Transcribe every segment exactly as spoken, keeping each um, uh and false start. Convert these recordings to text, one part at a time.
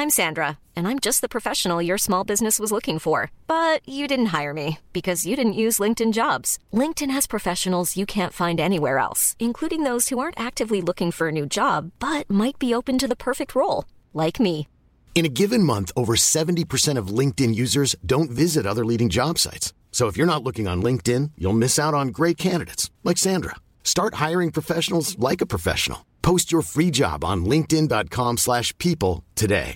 I'm Sandra, and I'm just the professional your small business was looking for. But you didn't hire me because you didn't use LinkedIn Jobs. LinkedIn has professionals you can't find anywhere else, including those who aren't actively looking for a new job, but might be open to the perfect role, like me. In a given month, over seventy percent of LinkedIn users don't visit other leading job sites. So if you're not looking on LinkedIn, you'll miss out on great candidates like Sandra. Start hiring professionals like a professional. Post your free job on linkedin.com slash people today.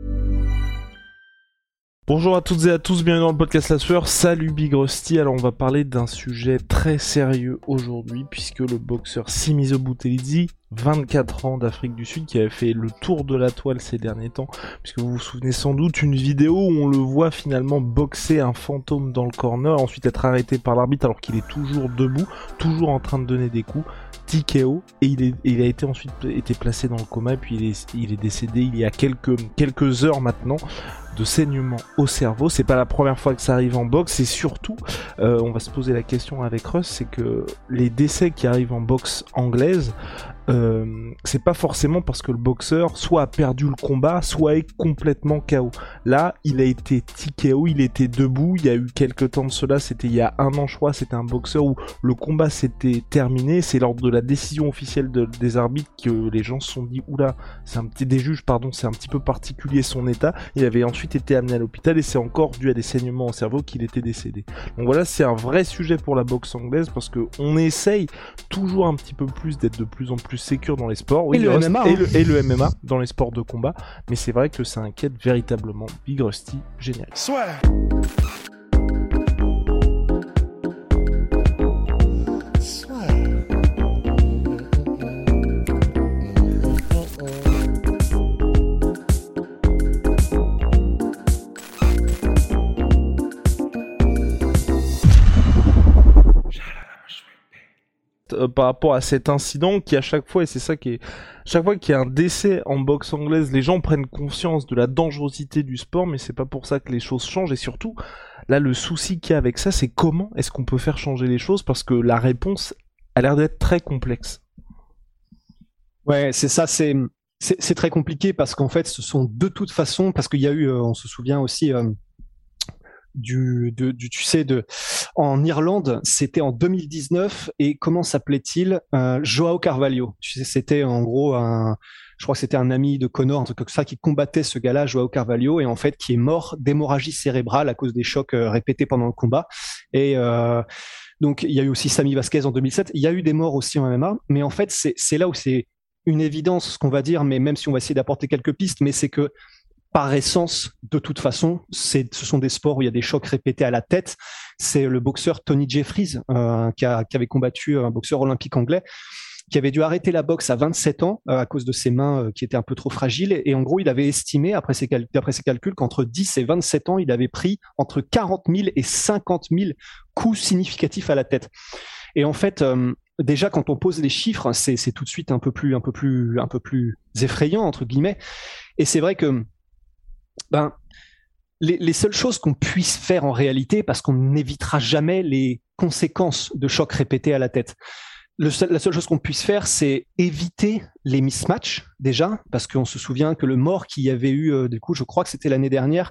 Bonjour à toutes et à tous, bienvenue dans le podcast La Sueur, salut Big Rusty. Alors on va parler d'un sujet très sérieux aujourd'hui puisque le boxeur Simiso Buthelezi, vingt-quatre ans d'Afrique du Sud, qui avait fait le tour de la toile ces derniers temps, puisque vous vous souvenez sans doute une vidéo où on le voit finalement boxer un fantôme dans le corner, ensuite être arrêté par l'arbitre alors qu'il est toujours debout, toujours en train de donner des coups, T K O, et il, est, il a été ensuite été placé dans le coma, et puis il est, il est décédé il y a quelques, quelques heures maintenant de saignement au cerveau. C'est pas la première fois que ça arrive en boxe, et surtout, euh, on va se poser la question avec Russ, c'est que les décès qui arrivent en boxe anglaise, Euh, c'est pas forcément parce que le boxeur soit a perdu le combat, soit est complètement K O. Là, il a été T K O, il était debout, il y a eu quelques temps de cela, c'était il y a un an je crois, c'était un boxeur où le combat s'était terminé, c'est lors de la décision officielle de, des arbitres que les gens se sont dit oula, c'est un petit, des juges pardon, c'est un petit peu particulier son état, il avait ensuite été amené à l'hôpital et c'est encore dû à des saignements au cerveau qu'il était décédé. Donc voilà, c'est un vrai sujet pour la boxe anglaise parce que on essaye toujours un petit peu plus d'être de plus en plus sécure dans les sports, oui, et, le reste, M M A, et, hein. le, et le M M A dans les sports de combat, mais c'est vrai que ça inquiète véritablement Big Rusty, génial. Soit. Euh, par rapport à cet incident qui à chaque fois, et c'est ça qui est, chaque fois qu'il y a un décès en boxe anglaise, les gens prennent conscience de la dangerosité du sport, mais c'est pas pour ça que les choses changent. Et surtout, là, le souci qu'il y a avec ça, c'est comment est-ce qu'on peut faire changer les choses, parce que la réponse a l'air d'être très complexe. Ouais, c'est ça, c'est, c'est, c'est très compliqué parce qu'en fait, ce sont de toute façon, parce qu'il y a eu, euh, on se souvient aussi, euh, du, de, du, tu sais, de, en Irlande, c'était en deux mille dix-neuf, et comment s'appelait-il, euh, Joao Carvalho. Tu sais, c'était en gros un, je crois que c'était un ami de Conor, un truc comme ça, qui combattait ce gars-là, Joao Carvalho, et en fait, qui est mort d'hémorragie cérébrale à cause des chocs euh, répétés pendant le combat. Et, euh, donc, il y a eu aussi Sammy Vasquez en deux mille sept. Il y a eu des morts aussi en M M A, mais en fait, c'est, c'est là où c'est une évidence, ce qu'on va dire, mais même si on va essayer d'apporter quelques pistes, mais c'est que, par essence, de toute façon, c'est, ce sont des sports où il y a des chocs répétés à la tête. C'est le boxeur Tony Jeffries, euh, qui, a, qui avait combattu un boxeur olympique anglais, qui avait dû arrêter la boxe à vingt-sept ans euh, à cause de ses mains euh, qui étaient un peu trop fragiles. Et, et en gros, il avait estimé, après ses, cal- d'après ses calculs, qu'entre dix et vingt-sept ans, il avait pris entre quarante mille et cinquante mille coups significatifs à la tête. Et en fait, euh, déjà, quand on pose les chiffres, c'est, c'est tout de suite un peu plus, un peu plus, un peu plus effrayant, entre guillemets. Et c'est vrai que Ben, les, les seules choses qu'on puisse faire en réalité, parce qu'on n'évitera jamais les conséquences de chocs répétés à la tête. Le seul, la seule chose qu'on puisse faire, c'est éviter les mismatchs, déjà, parce qu'on se souvient que le mort qu'il y avait eu, euh, du coup, je crois que c'était l'année dernière,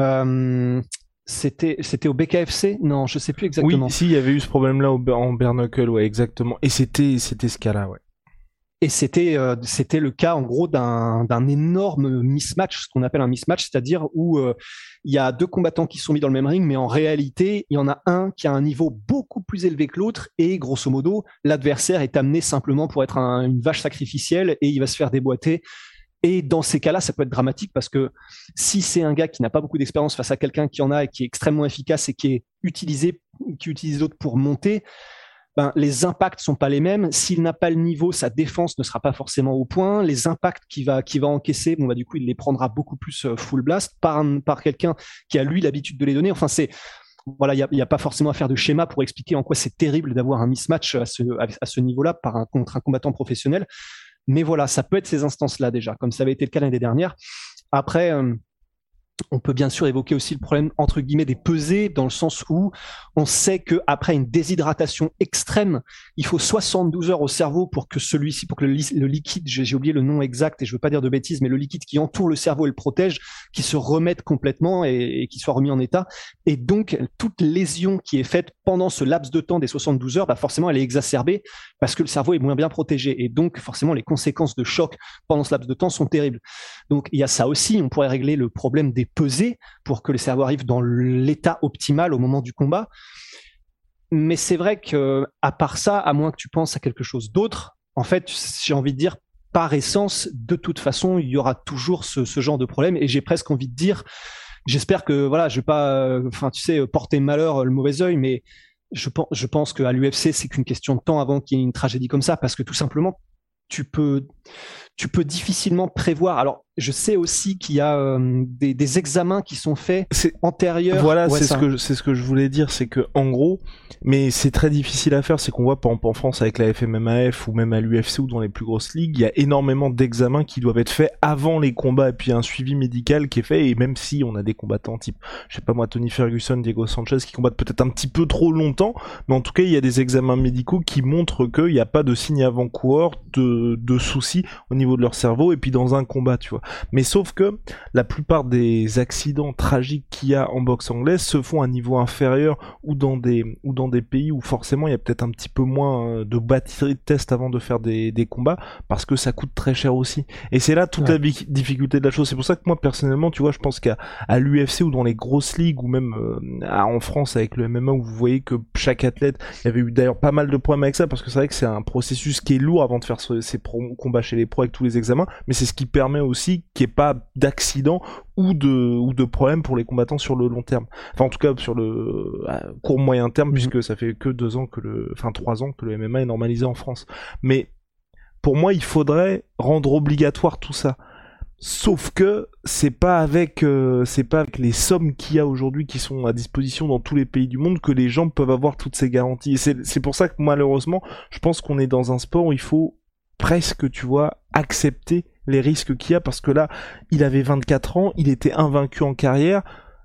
euh, c'était, c'était au B K F C? Non, je sais plus exactement. Oui, si, il y avait eu ce problème-là au, en bare knuckle, ouais, exactement. Et c'était, c'était ce cas-là, ouais. Et c'était euh, c'était le cas en gros d'un d'un énorme mismatch, ce qu'on appelle un mismatch, c'est-à-dire où euh, il y a deux combattants qui sont mis dans le même ring, mais en réalité il y en a un qui a un niveau beaucoup plus élevé que l'autre, et grosso modo l'adversaire est amené simplement pour être un, une vache sacrificielle, et il va se faire déboîter. Et dans ces cas-là, ça peut être dramatique parce que si c'est un gars qui n'a pas beaucoup d'expérience face à quelqu'un qui en a et qui est extrêmement efficace et qui est utilisé, qui utilise l'autre pour monter, ben, les impacts sont pas les mêmes. S'il n'a pas le niveau, sa défense ne sera pas forcément au point. Les impacts qu'il va, qu'il va encaisser, bon, bah, du coup, il les prendra beaucoup plus full blast par, un, par quelqu'un qui a, lui, l'habitude de les donner. Enfin, c'est, voilà, il y a, y a pas forcément à faire de schéma pour expliquer en quoi c'est terrible d'avoir un mismatch à ce, à ce niveau-là par un, contre un combattant professionnel. Mais voilà, ça peut être ces instances-là déjà, comme ça avait été le cas l'année dernière. Après, euh, On peut bien sûr évoquer aussi le problème entre guillemets des pesées, dans le sens où on sait que après une déshydratation extrême, il faut soixante-douze heures au cerveau pour que celui-ci, pour que le, li- le liquide, j'ai, j'ai oublié le nom exact et je veux pas dire de bêtises, mais le liquide qui entoure le cerveau et le protège, qui se remette complètement et, et qui soit remis en état. Et donc toute lésion qui est faite pendant ce laps de temps des soixante-douze heures, bah forcément elle est exacerbée parce que le cerveau est moins bien protégé et donc forcément les conséquences de choc pendant ce laps de temps sont terribles. Donc il y a ça aussi, on pourrait régler le problème des pesées pour que le cerveau arrive dans l'état optimal au moment du combat. Mais c'est vrai que, à part ça, à moins que tu penses à quelque chose d'autre, en fait, j'ai envie de dire, par essence, de toute façon, il y aura toujours ce, ce genre de problème. Et j'ai presque envie de dire, j'espère que, voilà, je vais pas, enfin, tu sais, porter malheur, le mauvais œil, mais je pense, je pense qu'à l'U F C, c'est qu'une question de temps avant qu'il y ait une tragédie comme ça, parce que tout simplement, tu peux, tu peux difficilement prévoir. Alors, je sais aussi qu'il y a euh, des, des examens qui sont faits C'est- antérieurs. Voilà, Ouais, c'est ça. ce que je- c'est ce que je voulais dire, c'est que en gros, mais c'est très difficile à faire, c'est qu'on voit par exemple en France avec la F M M A F ou même à l'U F C ou dans les plus grosses ligues, il y a énormément d'examens qui doivent être faits avant les combats et puis un suivi médical qui est fait, et même si on a des combattants type, je sais pas moi, Tony Ferguson, Diego Sanchez qui combattent peut-être un petit peu trop longtemps, mais en tout cas il y a des examens médicaux qui montrent qu'il n'y a pas de signe avant-coureur de, de soucis au niveau de leur cerveau et puis dans un combat, tu vois. Mais sauf que la plupart des accidents tragiques qu'il y a en boxe anglaise se font à un niveau inférieur ou dans des ou dans des pays où forcément il y a peut-être un petit peu moins euh, de batterie de tests avant de faire des, des combats parce que ça coûte très cher aussi. Et c'est là toute Ouais. la bi- difficulté de la chose. C'est pour ça que moi personnellement, tu vois, je pense qu'à à l'U F C ou dans les grosses ligues ou même euh, à- en France avec le M M A où vous voyez que chaque athlète, il y avait eu d'ailleurs pas mal de problèmes avec ça parce que c'est vrai que c'est un processus qui est lourd avant de faire ce- ces pro- combats chez les pros avec tous les examens, mais c'est ce qui permet aussi qu'il n'y ait pas d'accident ou de ou de problèmes pour les combattants sur le long terme. Enfin en tout cas sur le euh, court moyen terme, Mhm. puisque ça fait que deux ans que le enfin trois ans que le M M A est normalisé en France. Mais pour moi il faudrait rendre obligatoire tout ça. Sauf que c'est pas avec euh, c'est pas avec les sommes qu'il y a aujourd'hui qui sont à disposition dans tous les pays du monde que les gens peuvent avoir toutes ces garanties. Et c'est c'est pour ça que malheureusement je pense qu'on est dans un sport où il faut presque, tu vois, accepter les risques qu'il y a, parce que là, il avait vingt-quatre ans, il était invaincu en carrière,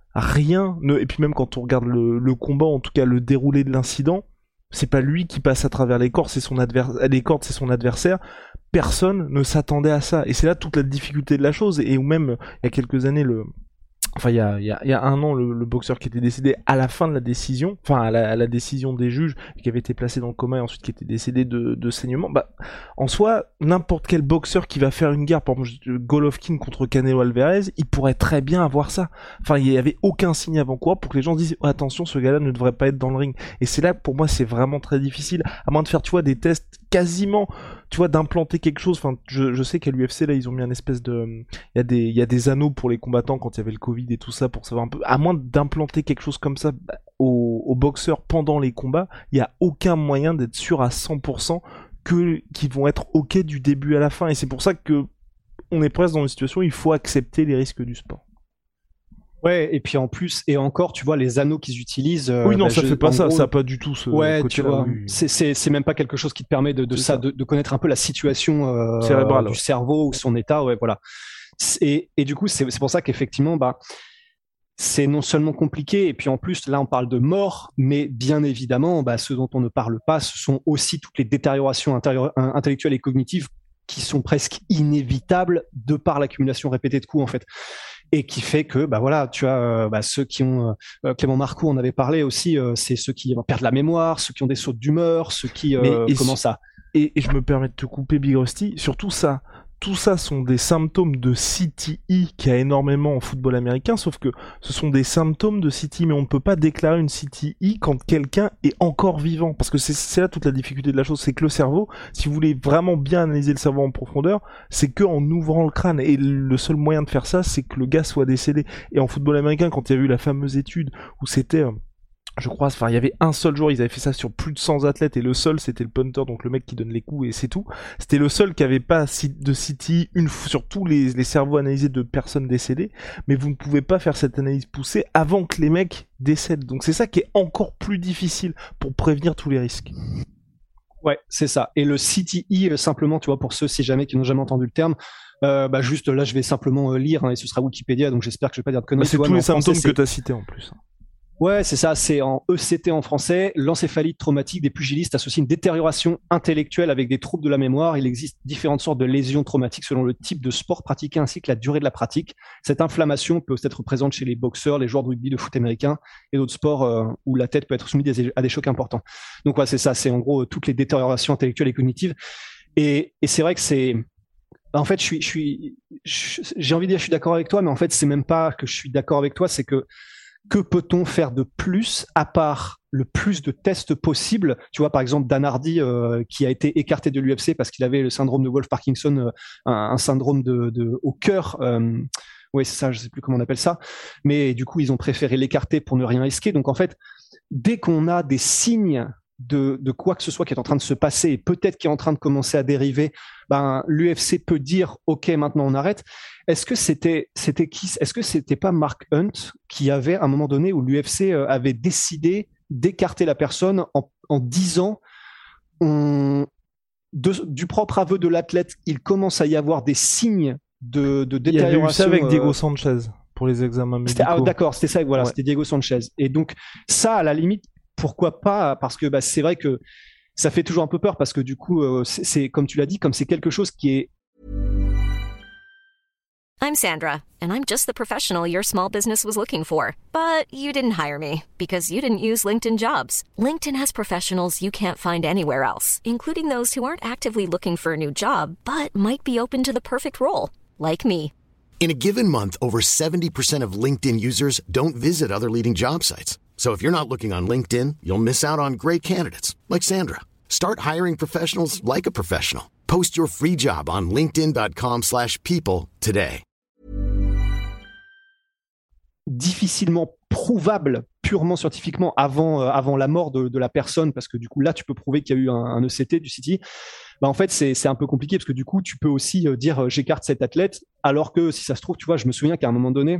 rien ne... Et puis même quand on regarde le, le combat, en tout cas le déroulé de l'incident, c'est pas lui qui passe à travers les cordes, c'est son, adver... les cordes, c'est son adversaire. Personne ne s'attendait à ça. Et c'est là toute la difficulté de la chose. Et ou même, il y a quelques années, le... Enfin, il y a, il y a, il y a un an, le, le boxeur qui était décédé à la fin de la décision, enfin à la, à la décision des juges, qui avait été placé dans le coma et ensuite qui était décédé de, de saignement. Bah, en soi, n'importe quel boxeur qui va faire une guerre, par exemple Golovkin contre Canelo Alvarez, il pourrait très bien avoir ça. Enfin, il y avait aucun signe avant-coureur pour que les gens disent oh, attention, ce gars-là ne devrait pas être dans le ring. Et c'est là, pour moi, c'est vraiment très difficile, à moins de faire, tu vois, des tests quasiment, tu vois, d'implanter quelque chose. Enfin, je, je sais qu'à l'U F C là, ils ont mis un espèce de, il y a des, il y a des anneaux pour les combattants quand il y avait le Covid et tout ça pour savoir un peu. À moins d'implanter quelque chose comme ça aux, aux boxeurs pendant les combats, il y a aucun moyen d'être sûr à cent pour cent que qu'ils vont être ok du début à la fin. Et c'est pour ça que on est presque dans une situation où il faut accepter les risques du sport. Ouais, et puis en plus, et encore, tu vois, les anneaux qu'ils utilisent. euh, Oui, non, bah, ça je- fait pas en ça, gros, ça a pas du tout ce Ouais, tu côté-là. vois, oui, oui. c'est c'est c'est même pas quelque chose qui te permet de, de C'est ça, ça. de, de connaître un peu la situation euh, Cérébrale, du ouais. cerveau ou son état, ouais, voilà. Et, et du coup, c'est c'est pour ça qu'effectivement, bah, c'est non seulement compliqué, et puis en plus, là, on parle de mort, mais bien évidemment, bah, ce dont on ne parle pas, ce sont aussi toutes les détériorations intérieures- in- intellectuelles et cognitives qui sont presque inévitables de par l'accumulation répétée de coups, en fait. Et qui fait que, bah voilà, tu as euh, bah, ceux qui ont, euh, Clément Marcoux en avait parlé aussi, euh, c'est ceux qui perdent la mémoire, ceux qui ont des sautes d'humeur, ceux qui Mais euh, et commencent à... Et, et je me permets de te couper, Big Rusty, surtout ça, tout ça sont des symptômes de C T E qu'il y a énormément en football américain, sauf que ce sont des symptômes de C T E, mais on ne peut pas déclarer une C T E quand quelqu'un est encore vivant, parce que c'est, c'est là toute la difficulté de la chose, c'est que le cerveau, si vous voulez vraiment bien analyser le cerveau en profondeur, c'est que en ouvrant le crâne, et le seul moyen de faire ça, c'est que le gars soit décédé. Et en football américain, quand il y a eu la fameuse étude où c'était... Euh, je crois, enfin, il y avait un seul joueur, ils avaient fait ça sur plus de cent athlètes, et le seul, c'était le punter, donc le mec qui donne les coups, et c'est tout. C'était le seul qui avait pas de C T une fois sur tous les, les cerveaux analysés de personnes décédées, mais vous ne pouvez pas faire cette analyse poussée avant que les mecs décèdent. Donc c'est ça qui est encore plus difficile pour prévenir tous les risques. Ouais, c'est ça. Et le C T E, euh, simplement, tu vois, pour ceux, si jamais, qui n'ont jamais entendu le terme, Euh, bah juste là, je vais simplement euh, lire, hein, et ce sera Wikipédia, donc j'espère que je vais pas dire de conneries. Bah, c'est tu vois, tous mais les en français, symptômes c'est- que tu as cités en plus. Ouais, c'est ça, c'est en E C T en français, l'encéphalite traumatique des pugilistes associe une détérioration intellectuelle avec des troubles de la mémoire. Il existe différentes sortes de lésions traumatiques selon le type de sport pratiqué ainsi que la durée de la pratique. Cette inflammation peut être présente chez les boxeurs, les joueurs de rugby, de foot américain et d'autres sports euh, où la tête peut être soumise à des chocs importants. Donc ouais, c'est ça, c'est en gros toutes les détériorations intellectuelles et cognitives. Et, et c'est vrai que c'est... En fait, je suis, je suis, je- j'ai envie de dire, je suis d'accord avec toi, mais en fait, c'est même pas que je suis d'accord avec toi, c'est que que peut-on faire de plus à part le plus de tests possible? Tu vois, par exemple, Dan Hardy, euh, qui a été écarté de l'U F C parce qu'il avait le syndrome de Wolff-Parkinson, euh, un, un syndrome de, de au cœur. Euh, oui, c'est ça, je sais plus comment on appelle ça. Mais du coup, ils ont préféré l'écarter pour ne rien risquer. Donc, en fait, dès qu'on a des signes de, de quoi que ce soit qui est en train de se passer et peut-être qui est en train de commencer à dériver, ben, l'U F C peut dire, OK, maintenant on arrête. Est-ce que c'était, c'était qui? Est-ce que c'était pas Mark Hunt qui avait à un moment donné où l'U F C euh, avait décidé d'écarter la personne en, en disant, on, de, du propre aveu de l'athlète, il commence à y avoir des signes de, de Il y avait eu détérioration. ça avec Diego euh, Sanchez pour les examens c'était, médicaux. ah, d'accord, c'était ça, voilà, Ouais. c'était Diego Sanchez. Et donc, ça, à la limite, pourquoi pas? Parce que bah, c'est vrai que ça fait toujours un peu peur parce que du coup, euh, c'est, c'est comme tu l'as dit, comme c'est quelque chose qui est I'm Sandra, and I'm just the professional your small business was looking for. But you didn't hire me because you didn't use LinkedIn Jobs. LinkedIn has professionals you can't find anywhere else, including those who aren't actively looking for a new job, but might be open to the perfect role, like me. In a given month, over seventy percent of LinkedIn users don't visit other leading job sites. So if you're not looking on LinkedIn, you'll miss out on great candidates like Sandra. Start hiring professionals like a professional. Post your free job on linkedin dot com slash people today. difficilement prouvable purement scientifiquement avant, euh, avant la mort de, de la personne, parce que du coup là tu peux prouver qu'il y a eu un, un E C T du C T, bah, en fait c'est, c'est un peu compliqué parce que du coup tu peux aussi euh, dire euh, j'écarte cet athlète, alors que si ça se trouve, tu vois, je me souviens qu'à un moment donné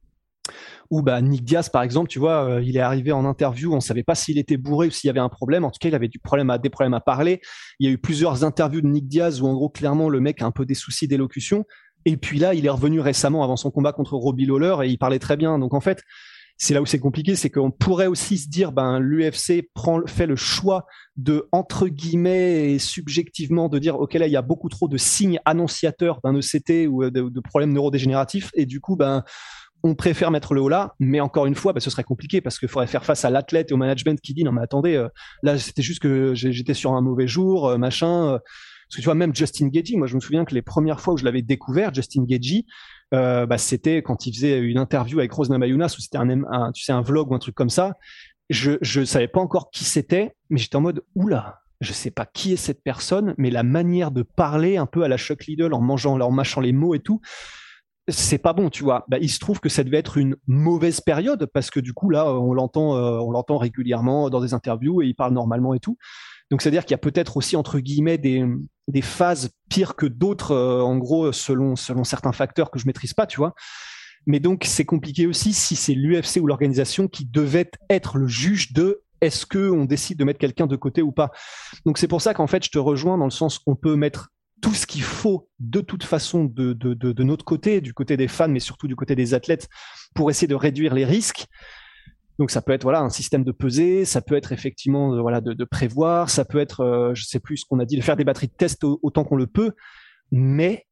où bah, Nick Diaz par exemple, tu vois, euh, il est arrivé en interview, on savait pas s'il était bourré ou s'il y avait un problème, en tout cas il avait du problème à, des problèmes à parler. Il y a eu plusieurs interviews de Nick Diaz où en gros clairement le mec a un peu des soucis d'élocution. Et puis là, il est revenu récemment avant son combat contre Robbie Lawler et il parlait très bien. Donc en fait, c'est là où c'est compliqué, c'est qu'on pourrait aussi se dire, ben l'U F C prend, fait le choix de entre guillemets et subjectivement de dire, ok là, il y a beaucoup trop de signes annonciateurs d'un E C T ou de, de problèmes neurodégénératifs et du coup, ben on préfère mettre le haut là, mais encore une fois, ben, ce serait compliqué parce qu'il faudrait faire face à l'athlète et au management qui dit non mais attendez, euh, là c'était juste que j'étais sur un mauvais jour, euh, machin. Euh, Parce que tu vois, même Justin Gaethje, moi je me souviens que les premières fois où je l'avais découvert, Justin Gaethje, euh, bah, c'était quand il faisait une interview avec Rose Namajunas, où c'était un, un, tu sais, un vlog ou un truc comme ça. Je je savais pas encore qui c'était, mais j'étais en mode oula, je sais pas qui est cette personne, mais la manière de parler un peu à la Chuck Liddell en mangeant, en mâchant les mots et tout, c'est pas bon, tu vois. Bah, il se trouve que ça devait être une mauvaise période parce que du coup là, on l'entend, euh, on l'entend régulièrement dans des interviews et il parle normalement et tout. Donc, c'est-à-dire qu'il y a peut-être aussi, entre guillemets, des, des phases pires que d'autres, euh, en gros, selon, selon certains facteurs que je maîtrise pas, tu vois. Mais donc, c'est compliqué aussi si c'est l'U F C ou l'organisation qui devait être le juge de est-ce qu'on décide de mettre quelqu'un de côté ou pas. Donc, c'est pour ça qu'en fait, je te rejoins dans le sens qu'on peut mettre tout ce qu'il faut de toute façon de, de, de, de notre côté, du côté des fans, mais surtout du côté des athlètes, pour essayer de réduire les risques. Donc ça peut être voilà un système de pesée, ça peut être effectivement euh, voilà de, de prévoir, ça peut être euh, je sais plus ce qu'on a dit, de faire des batteries de test au, autant qu'on le peut, mais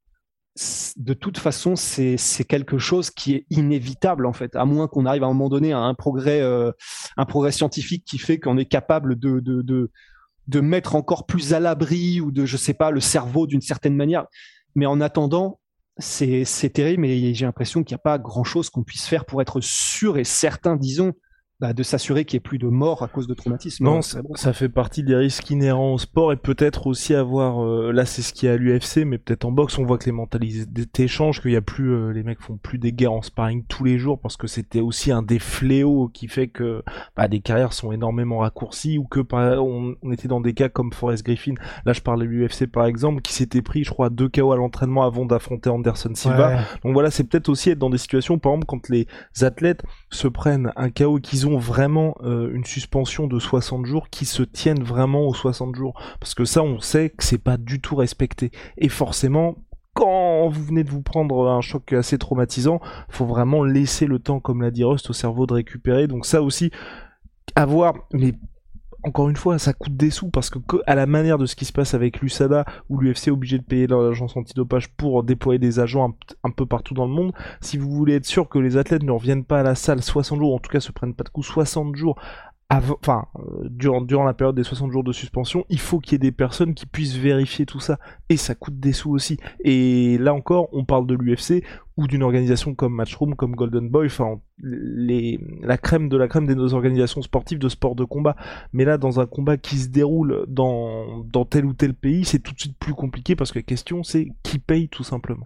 de toute façon c'est c'est quelque chose qui est inévitable en fait, à moins qu'on arrive à un moment donné à un progrès euh, un progrès scientifique qui fait qu'on est capable de de de de mettre encore plus à l'abri ou de je sais pas le cerveau d'une certaine manière. Mais en attendant, c'est c'est terrible, mais j'ai l'impression qu'il n'y a pas grand chose qu'on puisse faire pour être sûr et certain, disons, bah, de s'assurer qu'il n'y ait plus de morts à cause de traumatisme. Non, ouais, ça, bon. ça fait partie des risques inhérents au sport et peut-être aussi avoir, euh, là c'est ce qu'il y a à l'U F C, mais peut-être en boxe on voit que les mentalités changent, qu'il y a plus, euh, les mecs font plus des guerres en sparring tous les jours parce que c'était aussi un des fléaux qui fait que bah, des carrières sont énormément raccourcies ou que par, on, on était dans des cas comme Forrest Griffin, là je parle de l'U F C par exemple, qui s'était pris je crois deux K O à l'entraînement avant d'affronter Anderson Silva. Ouais. Donc voilà, c'est peut-être aussi être dans des situations, par exemple quand les athlètes se prennent un K O et qu'ils ont vraiment euh, une suspension de soixante jours, qui se tiennent vraiment aux soixante jours, parce que ça on sait que c'est pas du tout respecté, et forcément quand vous venez de vous prendre un choc assez traumatisant, faut vraiment laisser le temps, comme l'a dit Rust, au cerveau de récupérer. Donc ça aussi, avoir, mais encore une fois, ça coûte des sous parce que, à la manière de ce qui se passe avec l'U S A D A, où l'U F C est obligé de payer l'agence antidopage pour déployer des agents un, un peu partout dans le monde, si vous voulez être sûr que les athlètes ne reviennent pas à la salle soixante jours, en tout cas se prennent pas de coups soixante jours, avant, enfin, euh, durant, durant la période des soixante jours de suspension, il faut qu'il y ait des personnes qui puissent vérifier tout ça, et ça coûte des sous aussi. Et là encore, on parle de l'U F C, ou d'une organisation comme Matchroom, comme Golden Boy, enfin, les, la crème de la crème des nos organisations sportives de sport de combat. Mais là, dans un combat qui se déroule dans, dans tel ou tel pays, c'est tout de suite plus compliqué, parce que la question, c'est qui paye, tout simplement.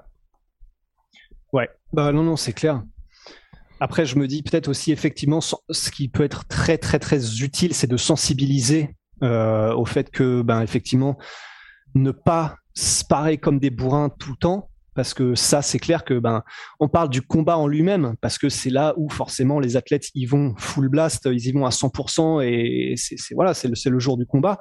Ouais, bah non, non, c'est clair. Après, je me dis peut-être aussi, effectivement, ce qui peut être très, très, très utile, c'est de sensibiliser euh, au fait que, ben, effectivement, ne pas sparer comme des bourrins tout le temps, parce que ça, c'est clair que, ben, on parle du combat en lui-même, parce que c'est là où forcément les athlètes y vont full blast, ils y vont à cent pour cent, et c'est, c'est voilà, c'est le, c'est le jour du combat.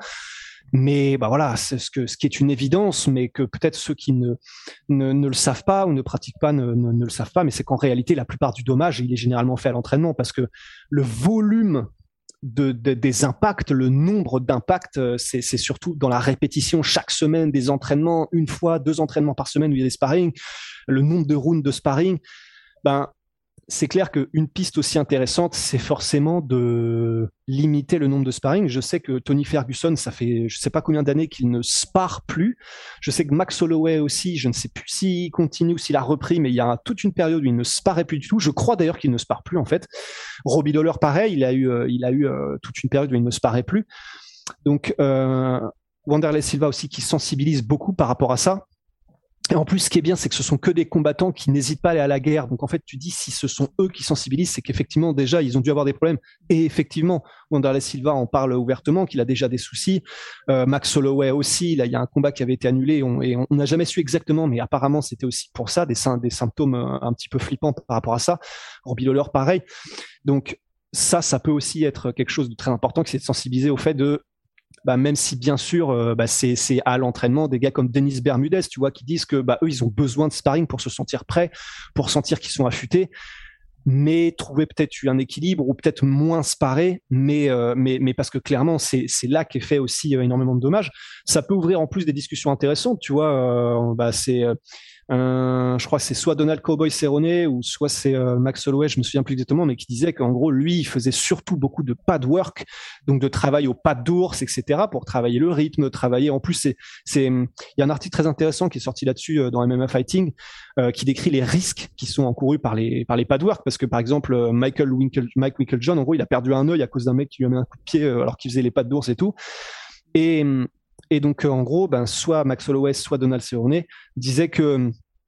Mais bah voilà, c'est ce, que, ce qui est une évidence, mais que peut-être ceux qui ne, ne, ne le savent pas ou ne pratiquent pas ne, ne, ne le savent pas, mais c'est qu'en réalité, la plupart du dommage, il est généralement fait à l'entraînement, parce que le volume de, de, des impacts, le nombre d'impacts, c'est, c'est surtout dans la répétition chaque semaine des entraînements, une fois, deux entraînements par semaine où il y a des sparring, le nombre de rounds de sparring, ben c'est clair qu'une piste aussi intéressante, c'est forcément de limiter le nombre de sparring. Je sais que Tony Ferguson, ça fait je sais pas combien d'années qu'il ne spare plus. Je sais que Max Holloway aussi, je ne sais plus s'il continue ou s'il a repris, mais il y a toute une période où il ne sparait plus du tout. Je crois d'ailleurs qu'il ne spare plus en fait. Robbie Lawler, pareil, il a eu, euh, il a eu euh, toute une période où il ne sparait plus. Donc, euh, Wanderlei Silva aussi qui sensibilise beaucoup par rapport à ça. Et en plus, ce qui est bien, c'est que ce sont que des combattants qui n'hésitent pas à aller à la guerre. Donc, en fait, tu dis, si ce sont eux qui sensibilisent, c'est qu'effectivement, déjà, ils ont dû avoir des problèmes. Et effectivement, Wanderlei Silva en parle ouvertement, qu'il a déjà des soucis. Euh, Max Holloway aussi, là, il y a un combat qui avait été annulé et on, et on n'a jamais su exactement, mais apparemment, c'était aussi pour ça, des, des symptômes un petit peu flippants par rapport à ça. Robbie Lawler, pareil. Donc, ça, ça peut aussi être quelque chose de très important, c'est de sensibiliser au fait de bah, même si bien sûr euh, bah, c'est, c'est à l'entraînement des gars comme Denis Bermudez, tu vois, qui disent que bah, eux ils ont besoin de sparring pour se sentir prêts, pour sentir qu'ils sont affûtés, mais trouver peut-être un équilibre ou peut-être moins sparrer, mais euh, mais mais parce que clairement c'est c'est là qu'est fait aussi euh, énormément de dommages. Ça peut ouvrir en plus des discussions intéressantes, tu vois. Euh, bah c'est euh, un, je crois que c'est soit Donald Cowboy Cerrone ou soit c'est euh, Max Holloway, je me souviens plus exactement, mais qui disait qu'en gros lui il faisait surtout beaucoup de pad work, donc de travail au pas d'ours, et cetera, pour travailler le rythme, travailler. En plus c'est c'est il y a un article très intéressant qui est sorti là-dessus euh, dans M M A Fighting euh, qui décrit les risques qui sont encourus par les par les pad work, parce que par exemple Michael Winkle, Mike Winkeljohn, en gros il a perdu un œil à cause d'un mec qui lui a mis un coup de pied euh, alors qu'il faisait les pattes d'ours et tout. Et et donc euh, en gros ben soit Max Holloway soit Donald Cerrone disaient que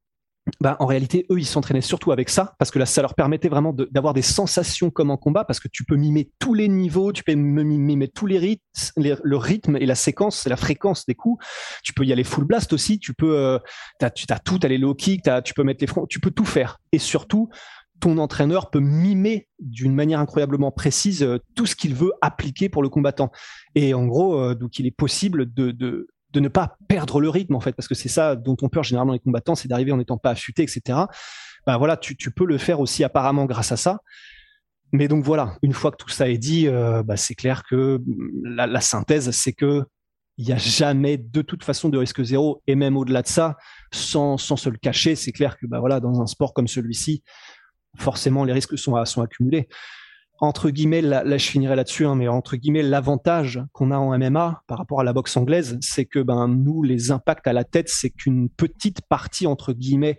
bah, en réalité, eux, ils s'entraînaient surtout avec ça, parce que là, ça leur permettait vraiment de, d'avoir des sensations comme en combat, parce que tu peux mimer tous les niveaux, tu peux mimer tous les rythmes, les, le rythme et la séquence, la fréquence des coups. Tu peux y aller full blast aussi, tu peux, euh, t'as, tu as tout, t'as les low kicks, t'as, tu peux mettre les fronts, tu peux tout faire. Et surtout, ton entraîneur peut mimer d'une manière incroyablement précise euh, tout ce qu'il veut appliquer pour le combattant. Et en gros, euh, donc, il est possible de, de de ne pas perdre le rythme en fait, parce que c'est ça dont on peur généralement les combattants, c'est d'arriver en n'étant pas affûté, et cetera. Bah voilà, tu, tu peux le faire aussi apparemment grâce à ça. Mais donc voilà, une fois que tout ça est dit, euh, bah c'est clair que la, la synthèse, c'est que il y a jamais de toute façon de risque zéro, et même au-delà de ça, sans sans se le cacher, c'est clair que bah voilà, dans un sport comme celui-ci, forcément les risques sont sont accumulés. Entre guillemets, là, là je finirai là-dessus, hein, mais entre guillemets, l'avantage qu'on a en M M A par rapport à la boxe anglaise, c'est que ben nous, les impacts à la tête, c'est qu'une petite partie entre guillemets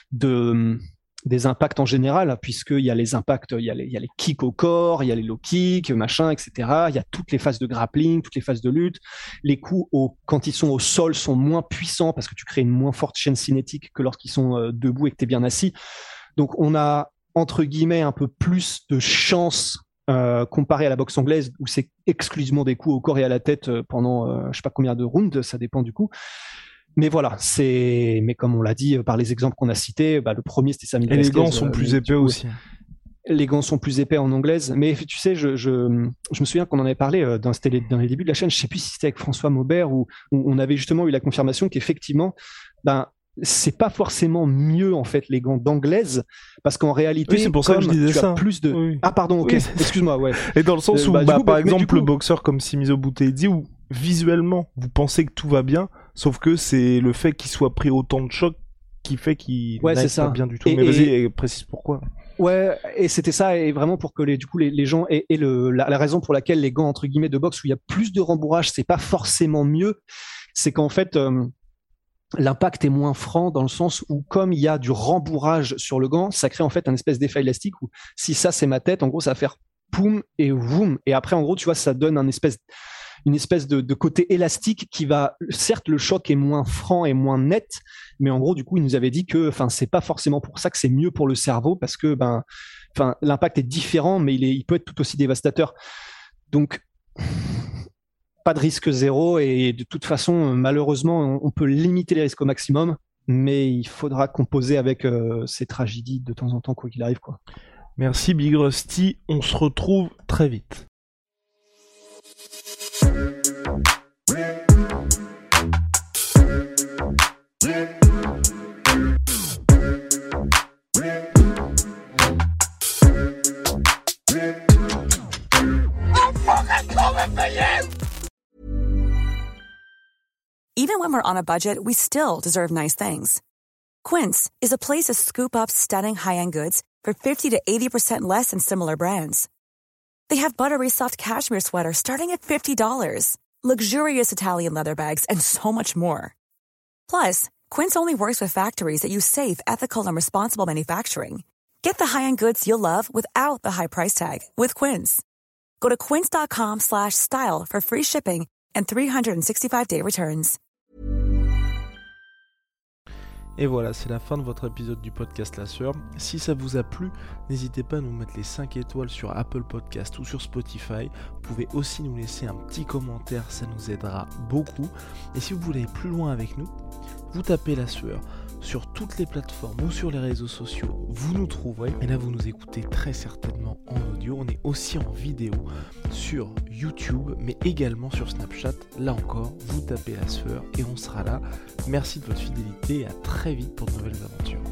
de des impacts en général, puisqu'il y a les impacts, il y a les, il y a les kicks au corps, il y a les low kicks, machin, et cetera. Il y a toutes les phases de grappling, toutes les phases de lutte. Les coups au, quand ils sont au sol sont moins puissants parce que tu crées une moins forte chaîne cinétique que lorsqu'ils sont euh, debout et que t'es bien assis. Donc on a entre guillemets un peu plus de chance euh, comparé à la boxe anglaise où c'est exclusivement des coups au corps et à la tête pendant euh, je sais pas combien de rounds, ça dépend du coup. Mais voilà, c'est mais comme on l'a dit par les exemples qu'on a cités, bah, le premier c'était Sammy Vasquez. Et les gants sont euh, plus épais coup, aussi. Les gants sont plus épais en anglaise, mais tu sais, je, je, je me souviens qu'on en avait parlé dans, les, dans les débuts de la chaîne, je sais plus si c'était avec François Maubert où, où on avait justement eu la confirmation qu'effectivement, ben c'est pas forcément mieux en fait les gants d'anglaise, parce qu'en réalité, oui, c'est pour ça que je disais tu ça. as plus de. Oui. Ah pardon, ok, Oui, excuse-moi, ouais. Et dans le sens Euh, où, bah, bah, du coup, par mais- mais exemple, du coup- le boxeur comme Shimizu Buteidi, où visuellement, vous pensez que tout va bien, sauf que c'est le fait qu'il soit pris autant de chocs qui fait qu'il Ouais, n'aille c'est pas ça. bien du tout. Et- Mais et- vas-y, et précise pourquoi. Ouais, et c'était ça, et vraiment pour que les, du coup, les, les gens aient, aient le, la, la raison pour laquelle les gants entre guillemets de boxe où il y a plus de rembourrage, c'est pas forcément mieux, c'est qu'en fait euh, l'impact est moins franc dans le sens où comme il y a du rembourrage sur le gant, ça crée en fait un espèce d'effet élastique où si ça c'est ma tête, en gros ça va faire poum et woum, et après en gros tu vois ça donne un espèce une espèce de, de côté élastique qui va, certes le choc est moins franc et moins net, mais en gros du coup il nous avait dit que enfin c'est pas forcément pour ça que c'est mieux pour le cerveau, parce que ben enfin l'impact est différent, mais il est il peut être tout aussi dévastateur. Donc pas de risque zéro, et de toute façon malheureusement on, on peut limiter les risques au maximum, mais il faudra composer avec euh, ces tragédies de temps en temps quoi qu'il arrive quoi. Merci Big Rusty, on se retrouve très vite. Even when we're on a budget, we still deserve nice things. Quince is a place to scoop up stunning high-end goods for fifty to eighty percent less than similar brands. They have buttery soft cashmere sweaters starting at fifty dollars, luxurious Italian leather bags, and so much more. Plus, Quince only works with factories that use safe, ethical, and responsible manufacturing. Get the high-end goods you'll love without the high price tag with Quince. Go to quince.com slash style for free shipping and three sixty-five day returns. Et voilà, c'est la fin de votre épisode du podcast La Sueur. Si ça vous a plu, n'hésitez pas à nous mettre les cinq étoiles sur Apple Podcast ou sur Spotify. Vous pouvez aussi nous laisser un petit commentaire, ça nous aidera beaucoup. Et si vous voulez aller plus loin avec nous, vous tapez La Sueur sur toutes les plateformes ou sur les réseaux sociaux, vous nous trouverez. Et là, vous nous écoutez très certainement en audio. On est aussi en vidéo sur YouTube, mais également sur Snapchat. Là encore, vous tapez La Sueur et on sera là. Merci de votre fidélité et à très vite pour de nouvelles aventures.